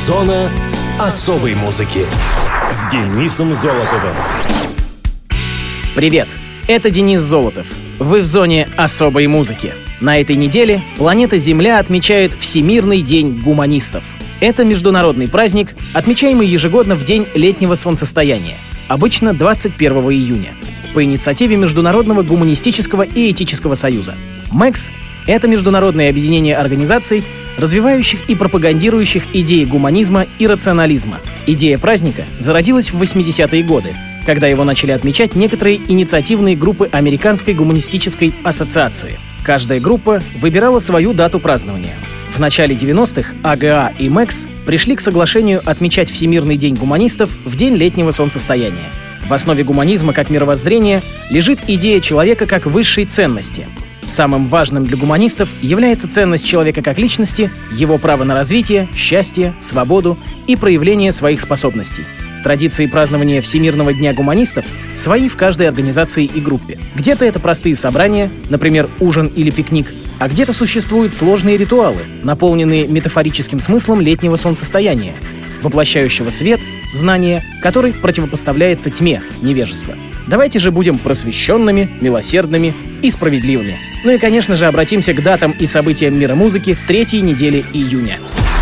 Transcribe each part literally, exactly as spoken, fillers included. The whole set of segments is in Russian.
Зона особой музыки с Денисом Золотовым. Привет, это Денис Золотов. Вы в зоне особой музыки. На этой неделе планета Земля отмечает Всемирный день гуманистов. Это международный праздник, отмечаемый ежегодно в день летнего солнцестояния, обычно двадцать первого июня, по инициативе Международного гуманистического и этического союза. МЭКС — это международное объединение организаций, развивающих и пропагандирующих идеи гуманизма и рационализма. Идея праздника зародилась в восьмидесятые годы, когда его начали отмечать некоторые инициативные группы Американской гуманистической ассоциации. Каждая группа выбирала свою дату празднования. В начале девяностых АГА и МЭКС пришли к соглашению отмечать Всемирный день гуманистов в день летнего солнцестояния. В основе гуманизма как мировоззрения лежит идея человека как высшей ценности. Самым важным для гуманистов является ценность человека как личности, его право на развитие, счастье, свободу и проявление своих способностей. Традиции празднования Всемирного дня гуманистов свои в каждой организации и группе. Где-то это простые собрания, например, ужин или пикник, а где-то существуют сложные ритуалы, наполненные метафорическим смыслом летнего солнцестояния, воплощающего свет, знание, который противопоставляется тьме, невежество. Давайте же будем просвещенными, милосердными и справедливыми. Ну и, конечно же, обратимся к датам и событиям мира музыки третьей недели июня.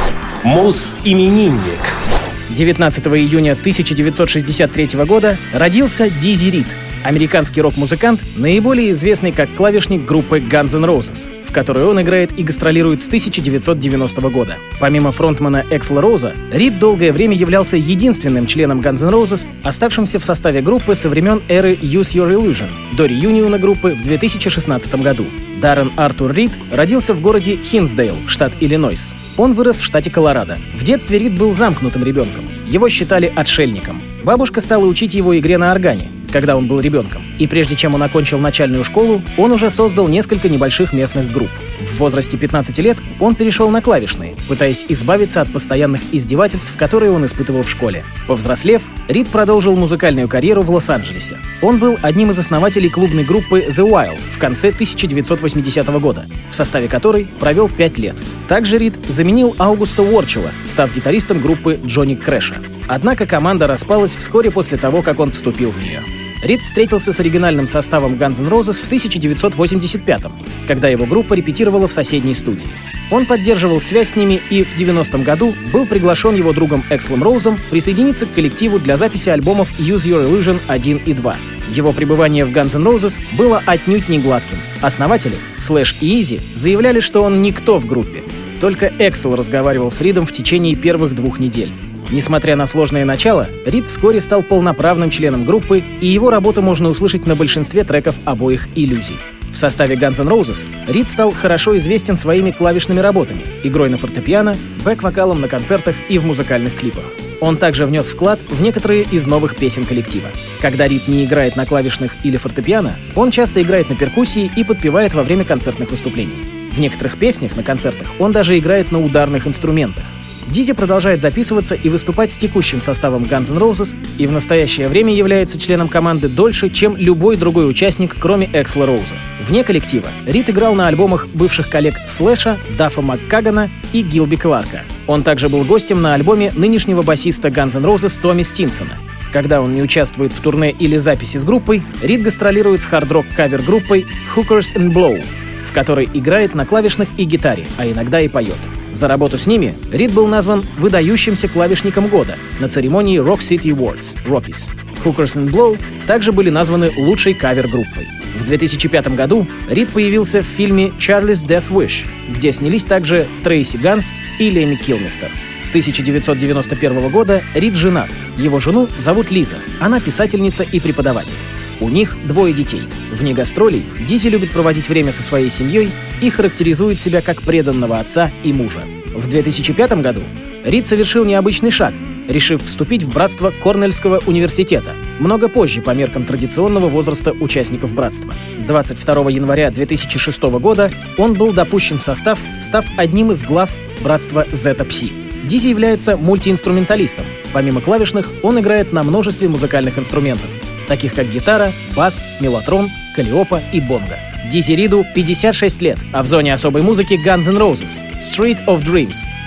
Мус-именинник. девятнадцатого июня тысяча девятьсот шестьдесят третьего года родился Дизи Рид, американский рок-музыкант, наиболее известный как клавишник группы Guns N' Roses, в которой он играет и гастролирует с тысяча девятьсот девяностого года. Помимо фронтмена Эксла Роуза, Рид долгое время являлся единственным членом Guns N' Roses, оставшимся в составе группы со времен эры Use Your Illusion, до реюниона группы в две тысячи шестнадцатом году. Даррен Артур Рид родился в городе Хинсдейл, штат Иллинойс. Он вырос в штате Колорадо. В детстве Рид был замкнутым ребенком. Его считали отшельником. Бабушка стала учить его игре на органе, когда он был ребенком. И прежде чем он окончил начальную школу, он уже создал несколько небольших местных групп. В возрасте пятнадцати лет он перешел на клавишные, пытаясь избавиться от постоянных издевательств, которые он испытывал в школе. Повзрослев, Рид продолжил музыкальную карьеру в Лос-Анджелесе. Он был одним из основателей клубной группы The Wild в конце тысяча девятьсот восьмидесятого года, в составе которой провел пять лет. Также Рид заменил Аугуста Уорчелла, став гитаристом группы Джонни Крэша. Однако команда распалась вскоре после того, как он вступил в нее. Рид встретился с оригинальным составом Guns N' Roses в тысяча девятьсот восемьдесят пятом, когда его группа репетировала в соседней студии. Он поддерживал связь с ними и в девяностом году был приглашен его другом Экслом Роузом присоединиться к коллективу для записи альбомов Use Your Illusion один и два. Его пребывание в Guns N' Roses было отнюдь не гладким. Основатели, Слэш и Изи, заявляли, что он никто в группе. Только Эксл разговаривал с Ридом в течение первых двух недель. Несмотря на сложное начало, Рид вскоре стал полноправным членом группы, и его работу можно услышать на большинстве треков обоих иллюзий. В составе Guns N' Roses Рид стал хорошо известен своими клавишными работами, игрой на фортепиано, бэк-вокалом на концертах и в музыкальных клипах. Он также внес вклад в некоторые из новых песен коллектива. Когда Рид не играет на клавишных или фортепиано, он часто играет на перкуссии и подпевает во время концертных выступлений. В некоторых песнях на концертах он даже играет на ударных инструментах. Дизи продолжает записываться и выступать с текущим составом Guns N' Roses и в настоящее время является членом команды дольше, чем любой другой участник, кроме Эксла Роуза. Вне коллектива Рид играл на альбомах бывших коллег Слэша, Даффа Маккагана и Гилби Кларка. Он также был гостем на альбоме нынешнего басиста Guns N' Roses Томми Стинсона. Когда он не участвует в турне или записи с группой, Рид гастролирует с хард-рок кавер-группой Hookers and Blow, в которой играет на клавишных и гитаре, а иногда и поет. За работу с ними Рид был назван выдающимся клавишником года на церемонии Rock City Awards (Rockies). Hookers and Blow также были названы лучшей кавер-группой. В две тысячи пятом году Рид появился в фильме «Charlie's Death Wish», где снялись также Трейси Ганс и Леми Килмистер. С тысяча девятьсот девяносто первого года Рид женат. Его жену зовут Лиза. Она писательница и преподаватель. У них двое детей. Вне гастролей Дизи любит проводить время со своей семьей и характеризует себя как преданного отца и мужа. В две тысячи пятом году Рид совершил необычный шаг, решив вступить в братство Корнельского университета, много позже по меркам традиционного возраста участников братства. двадцать второго января две тысячи шестого года он был допущен в состав, став одним из глав братства Zeta Psi. Дизи является мультиинструменталистом. Помимо клавишных, он играет на множестве музыкальных инструментов, таких как гитара, бас, меллотрон, калиопа и бонго. Дизи Риду пятьдесят шесть лет, а в зоне особой музыки Guns N' Roses, Street of Dreams,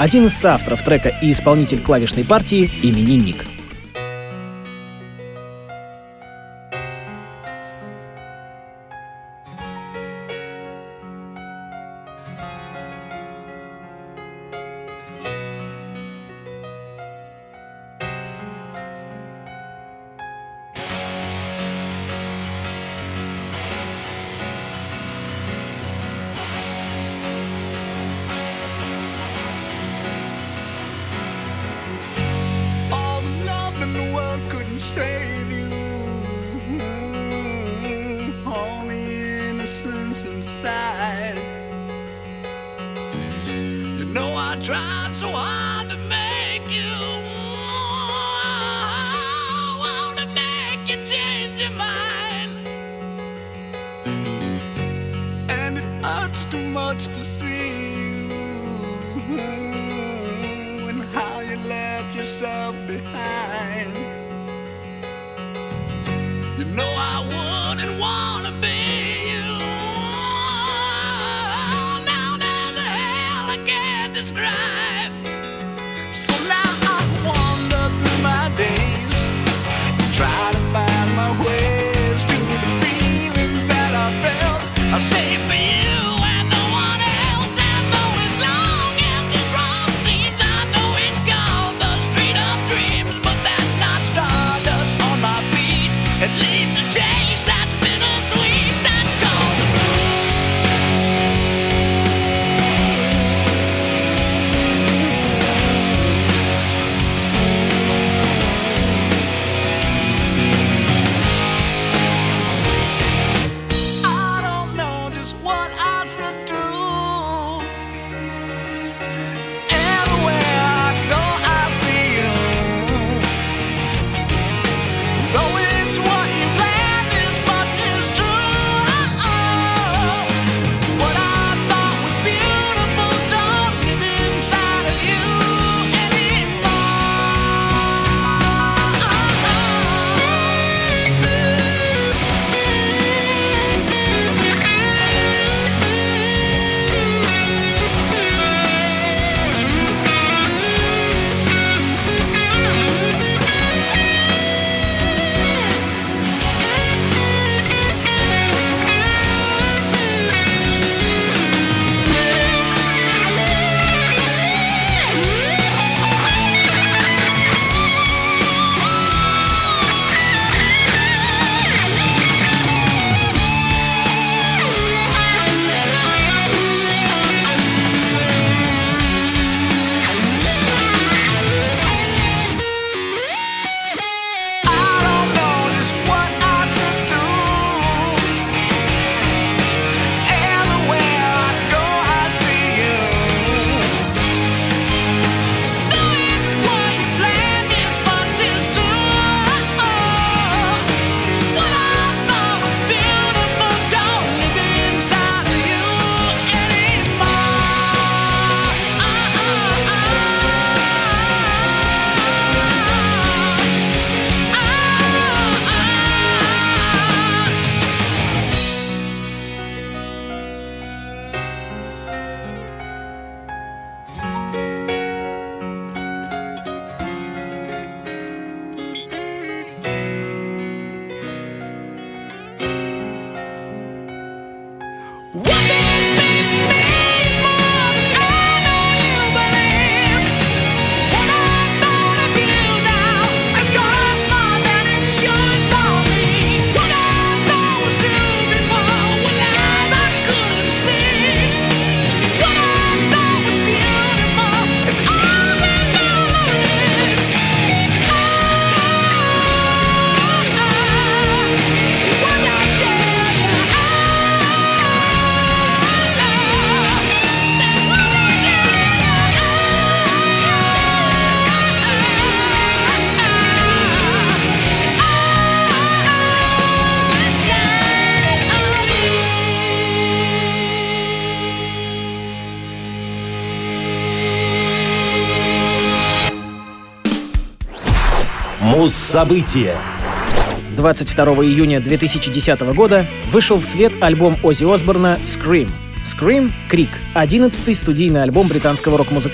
один из соавторов трека и исполнитель клавишной партии «Именинник». Save you, all the innocence inside. You know I tried so hard to make you, want to make you change your mind, and it hurts too much to see you and how you left yourself behind. You know I wouldn't wanna be you. Now there's a hell I can't describe. So now I wander through my days, try to find my ways to the feelings that I felt. I say for you and no one else. And though as long as this road seems, I know it's called the street of dreams, but that's not stardust on my feet. It leaves a taste that's bittersweet. That's called the blues. I don't know just what I should do. Everywhere I go, I see you. Though it's what you planned as much as true. Oh, what I thought was beautiful don't live inside of you Муз-события. двадцать второго июня две тысячи десятого года вышел в свет альбом Оззи Осборна «Scream». «Scream» — «Крик» — одиннадцатый студийный альбом британского рок-музыканта.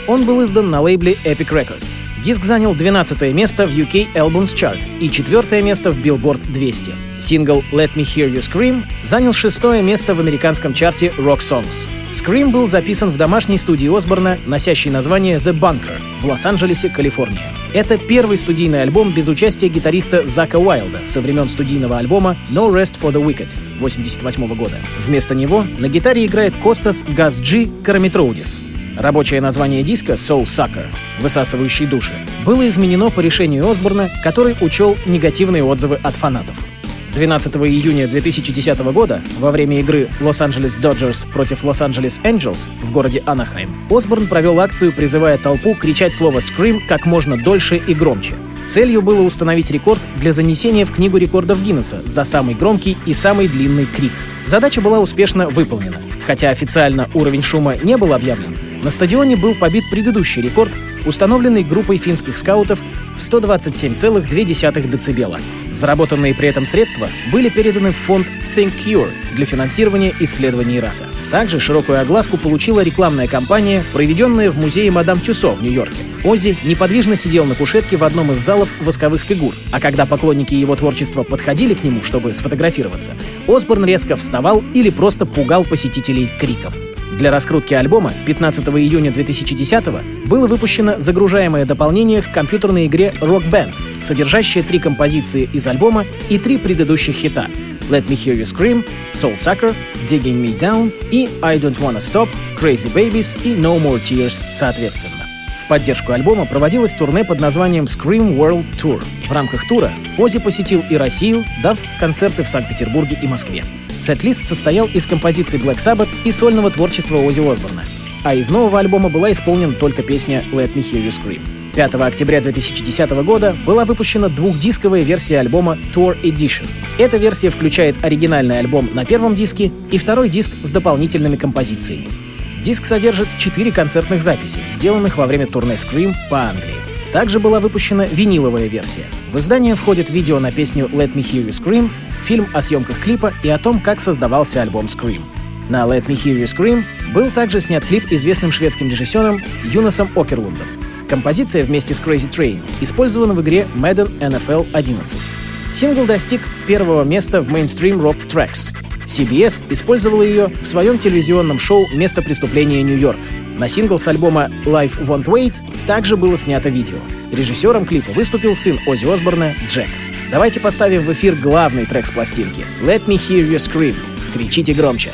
Он был издан на лейбле Epic Records. Диск занял двенадцатое место в ю кей Albums Chart и четвертое место в Billboard двести. Сингл «Let Me Hear You Scream» занял шестое место в американском чарте Rock Songs. «Scream» был записан в домашней студии Осборна, носящей название «The Bunker» в Лос-Анджелесе, Калифорния. Это первый студийный альбом без участия гитариста Зака Уайлда со времен студийного альбома «No Rest for the Wicked» восемьдесят восьмого года. Вместо него на гитаре играет Костас «Газ Джи» Карамитроудис. Рабочее название диска «Soul Sucker» — «Высасывающий души» было изменено по решению Осборна, который учел негативные отзывы от фанатов. двенадцатого июня две тысячи десятого года, во время игры Лос-Анджелес Доджерс против Лос-Анджелес Энджелс в городе Анахайм, Осборн провел акцию, призывая толпу кричать слово «Scream» как можно дольше и громче. Целью было установить рекорд для занесения в Книгу рекордов Гиннесса за самый громкий и самый длинный крик. Задача была успешно выполнена. Хотя официально уровень шума не был объявлен, на стадионе был побит предыдущий рекорд, установленный группой финских скаутов в сто двадцать семь целых две десятых децибела. Заработанные при этом средства были переданы в фонд Think Cure для финансирования исследований рака. Также широкую огласку получила рекламная кампания, проведенная в музее Мадам Тюссо в Нью-Йорке. Оззи неподвижно сидел на кушетке в одном из залов восковых фигур, а когда поклонники его творчества подходили к нему, чтобы сфотографироваться, Осборн резко вставал или просто пугал посетителей криком. Для раскрутки альбома пятнадцатого июня две тысячи десятого было выпущено загружаемое дополнение к компьютерной игре Rock Band, содержащее три композиции из альбома и три предыдущих хита «Let Me Hear You Scream», «Soul Sucker», «Digging Me Down» и «I Don't Wanna Stop», «Crazy Babies» и «No More Tears» соответственно. В поддержку альбома проводилось турне под названием Scream World Tour. В рамках тура Оззи посетил и Россию, дав концерты в Санкт-Петербурге и Москве. Сет-лист состоял из композиций Black Sabbath и сольного творчества Оззи Осборна, а из нового альбома была исполнена только песня «Let Me Hear You Scream». пятого октября две тысячи десятого года была выпущена двухдисковая версия альбома Tour Edition. Эта версия включает оригинальный альбом на первом диске и второй диск с дополнительными композициями. Диск содержит четыре концертных записи, сделанных во время турне Scream по Англии. Также была выпущена виниловая версия. В издание входит видео на песню «Let Me Hear You Scream», фильм о съемках клипа и о том, как создавался альбом Scream. На «Let Me Hear You Scream» был также снят клип известным шведским режиссером Юнасом Окерлундом. Композиция вместе с Crazy Train использована в игре Madden эн эф эл одиннадцать. Сингл достиг первого места в Mainstream Rock Tracks. си би эс использовала ее в своем телевизионном шоу «Место преступления Нью-Йорк». На сингл с альбома «Life Won't Wait» также было снято видео. Режиссером клипа выступил сын Оззи Осборна Джек. Давайте поставим в эфир главный трек с пластинки «Let Me Hear You Scream». Кричите громче.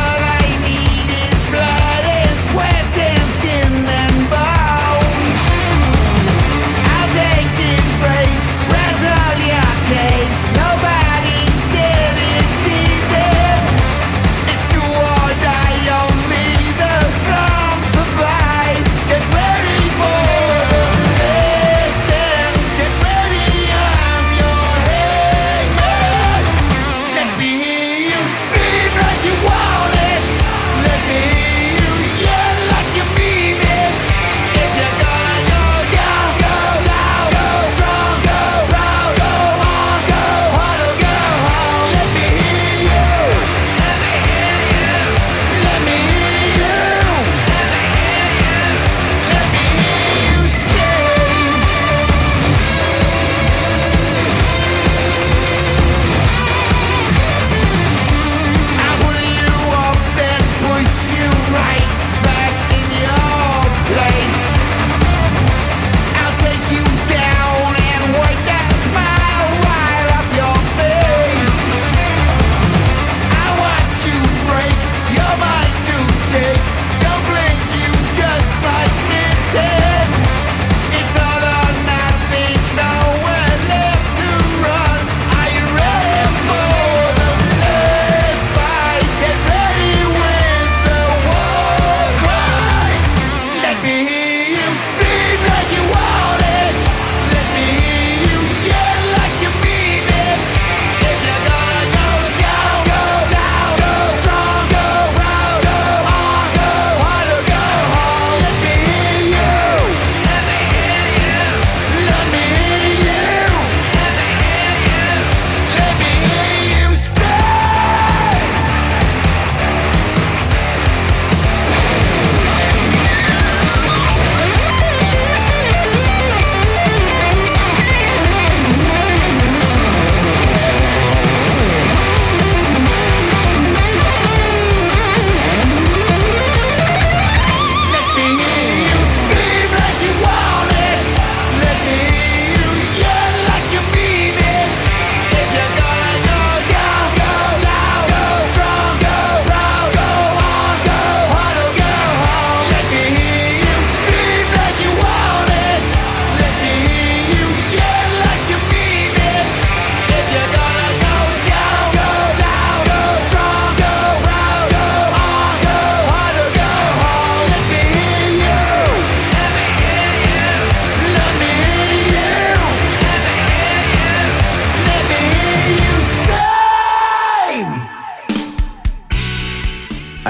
Sweat and skin and bones.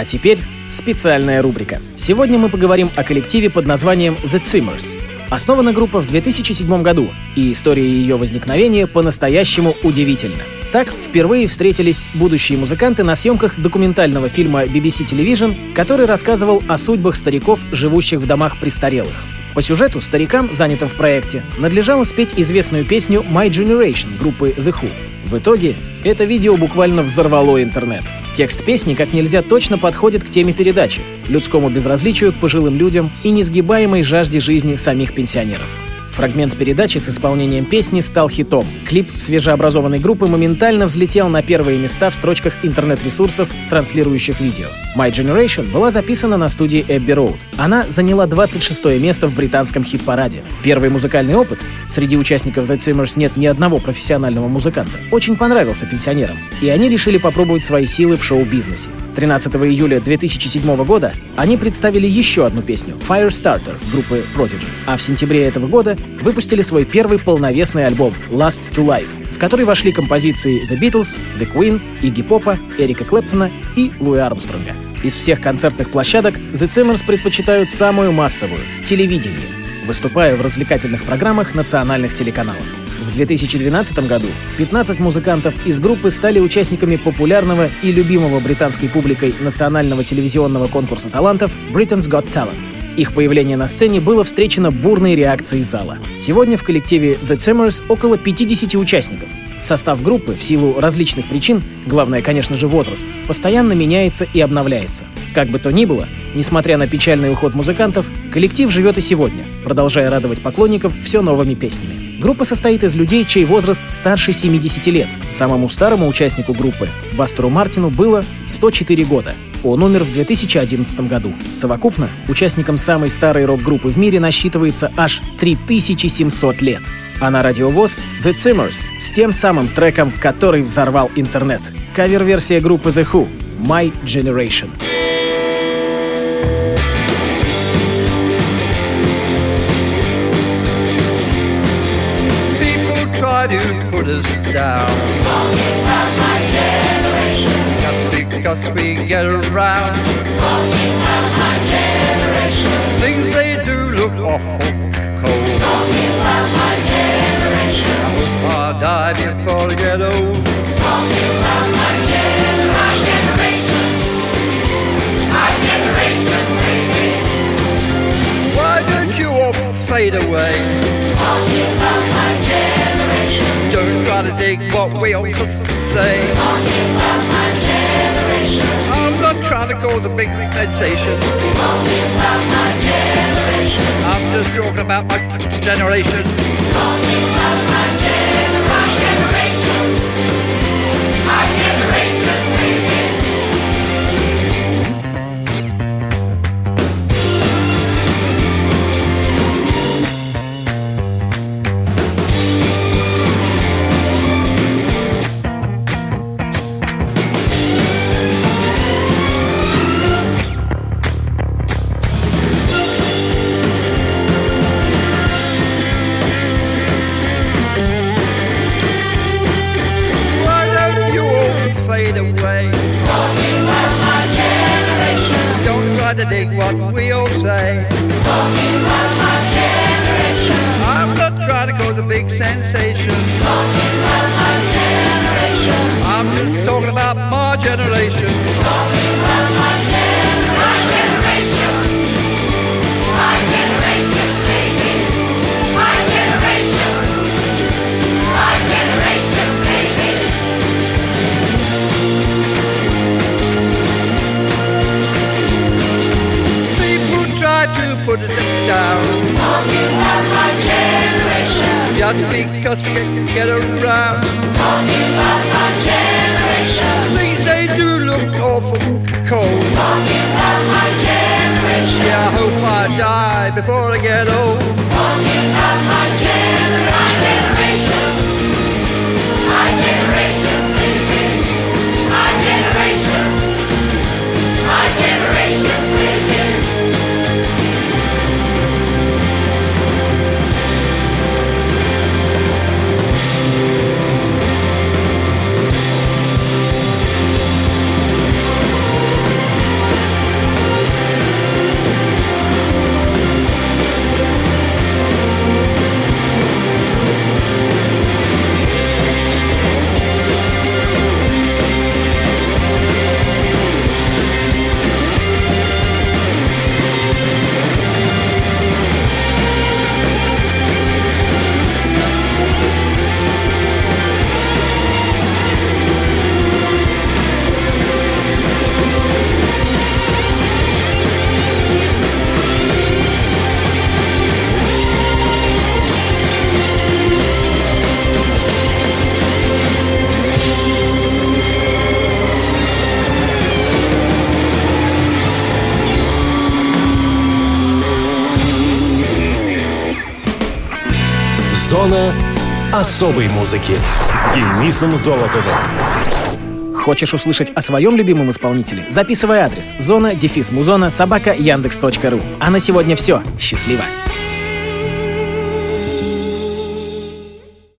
А теперь специальная рубрика. Сегодня мы поговорим о коллективе под названием The Zimmers. Основана группа в две тысячи седьмом году, и история ее возникновения по-настоящему удивительна. Так впервые встретились будущие музыканты на съемках документального фильма би би си Television, который рассказывал о судьбах стариков, живущих в домах престарелых. По сюжету старикам, занятым в проекте, надлежало спеть известную песню My Generation группы The Who. В итоге это видео буквально взорвало интернет. Текст песни как нельзя точно подходит к теме передачи, людскому безразличию к пожилым людям и несгибаемой жажде жизни самих пенсионеров. Фрагмент передачи с исполнением песни стал хитом. Клип свежеобразованной группы моментально взлетел на первые места в строчках интернет-ресурсов, транслирующих видео. My Generation была записана на студии Abbey Road. Она заняла двадцать шестое место в британском хит-параде. Первый музыкальный опыт, среди участников The Zimmers нет ни одного профессионального музыканта, очень понравился пенсионерам, и они решили попробовать свои силы в шоу-бизнесе. тринадцатого июля две тысячи седьмого года они представили еще одну песню Firestarter группы Prodigy, а в сентябре этого года выпустили свой первый полновесный альбом Last to Life, в который вошли композиции The Beatles, The Queen, Игги Попа, Эрика Клэптона и Луи Армстронга. Из всех концертных площадок The Zimmers предпочитают самую массовую — телевидение, выступая в развлекательных программах национальных телеканалов. В две тысячи двенадцатом году пятнадцать музыкантов из группы стали участниками популярного и любимого британской публикой национального телевизионного конкурса талантов Britain's Got Talent. Их появление на сцене было встречено бурной реакцией зала. Сегодня в коллективе The Zimmers около пятидесяти участников. Состав группы в силу различных причин, главное, конечно же, возраст, постоянно меняется и обновляется. Как бы то ни было, несмотря на печальный уход музыкантов, коллектив живет и сегодня, продолжая радовать поклонников все новыми песнями. Группа состоит из людей, чей возраст старше семидесяти лет. Самому старому участнику группы, Бастеру Мартину, было сто четыре года. Он умер в две тысячи одиннадцатом году. Совокупно участникам самой старой рок-группы в мире насчитывается аж три тысячи семьсот лет. А на Радио ВОС The Zimmers с тем самым треком, который взорвал интернет. Кавер-версия группы The Who My Generation. To put us down, talking about my generation, just because we get around, talking about my generation, things they do look awful cold, talking about my generation, I hope I'll die before I get old, talking about my generation, my generation, my generation, baby. Why don't you all fade away, talking about my generation. Don't try to dig what we all say. Talking about my generation. I'm not trying to cause a big sensation. Talking about my generation. I'm just talking about my generation. Talking about my generation. My generation, baby. To dig what we all say. Talking about my generation. I'm not trying to cause a big sensation. Talking about my generation. I'm just talking about my generation. Talking about my generation. My generation. My generation, baby. My generation. My generation, baby. To put us down, talking about my generation, just because we can get around, talking about my generation, things they do look awful cold, talking about my generation, yeah, I hope I die before I get old, talking about my generation, my generation, my generation, baby, my generation, my generation, baby. Зона особой музыки с Денисом Золотовым. Хочешь услышать о своем любимом исполнителе? Записывай адрес: зона дефис музона собака яндекс точка ру. А на сегодня все. Счастливо!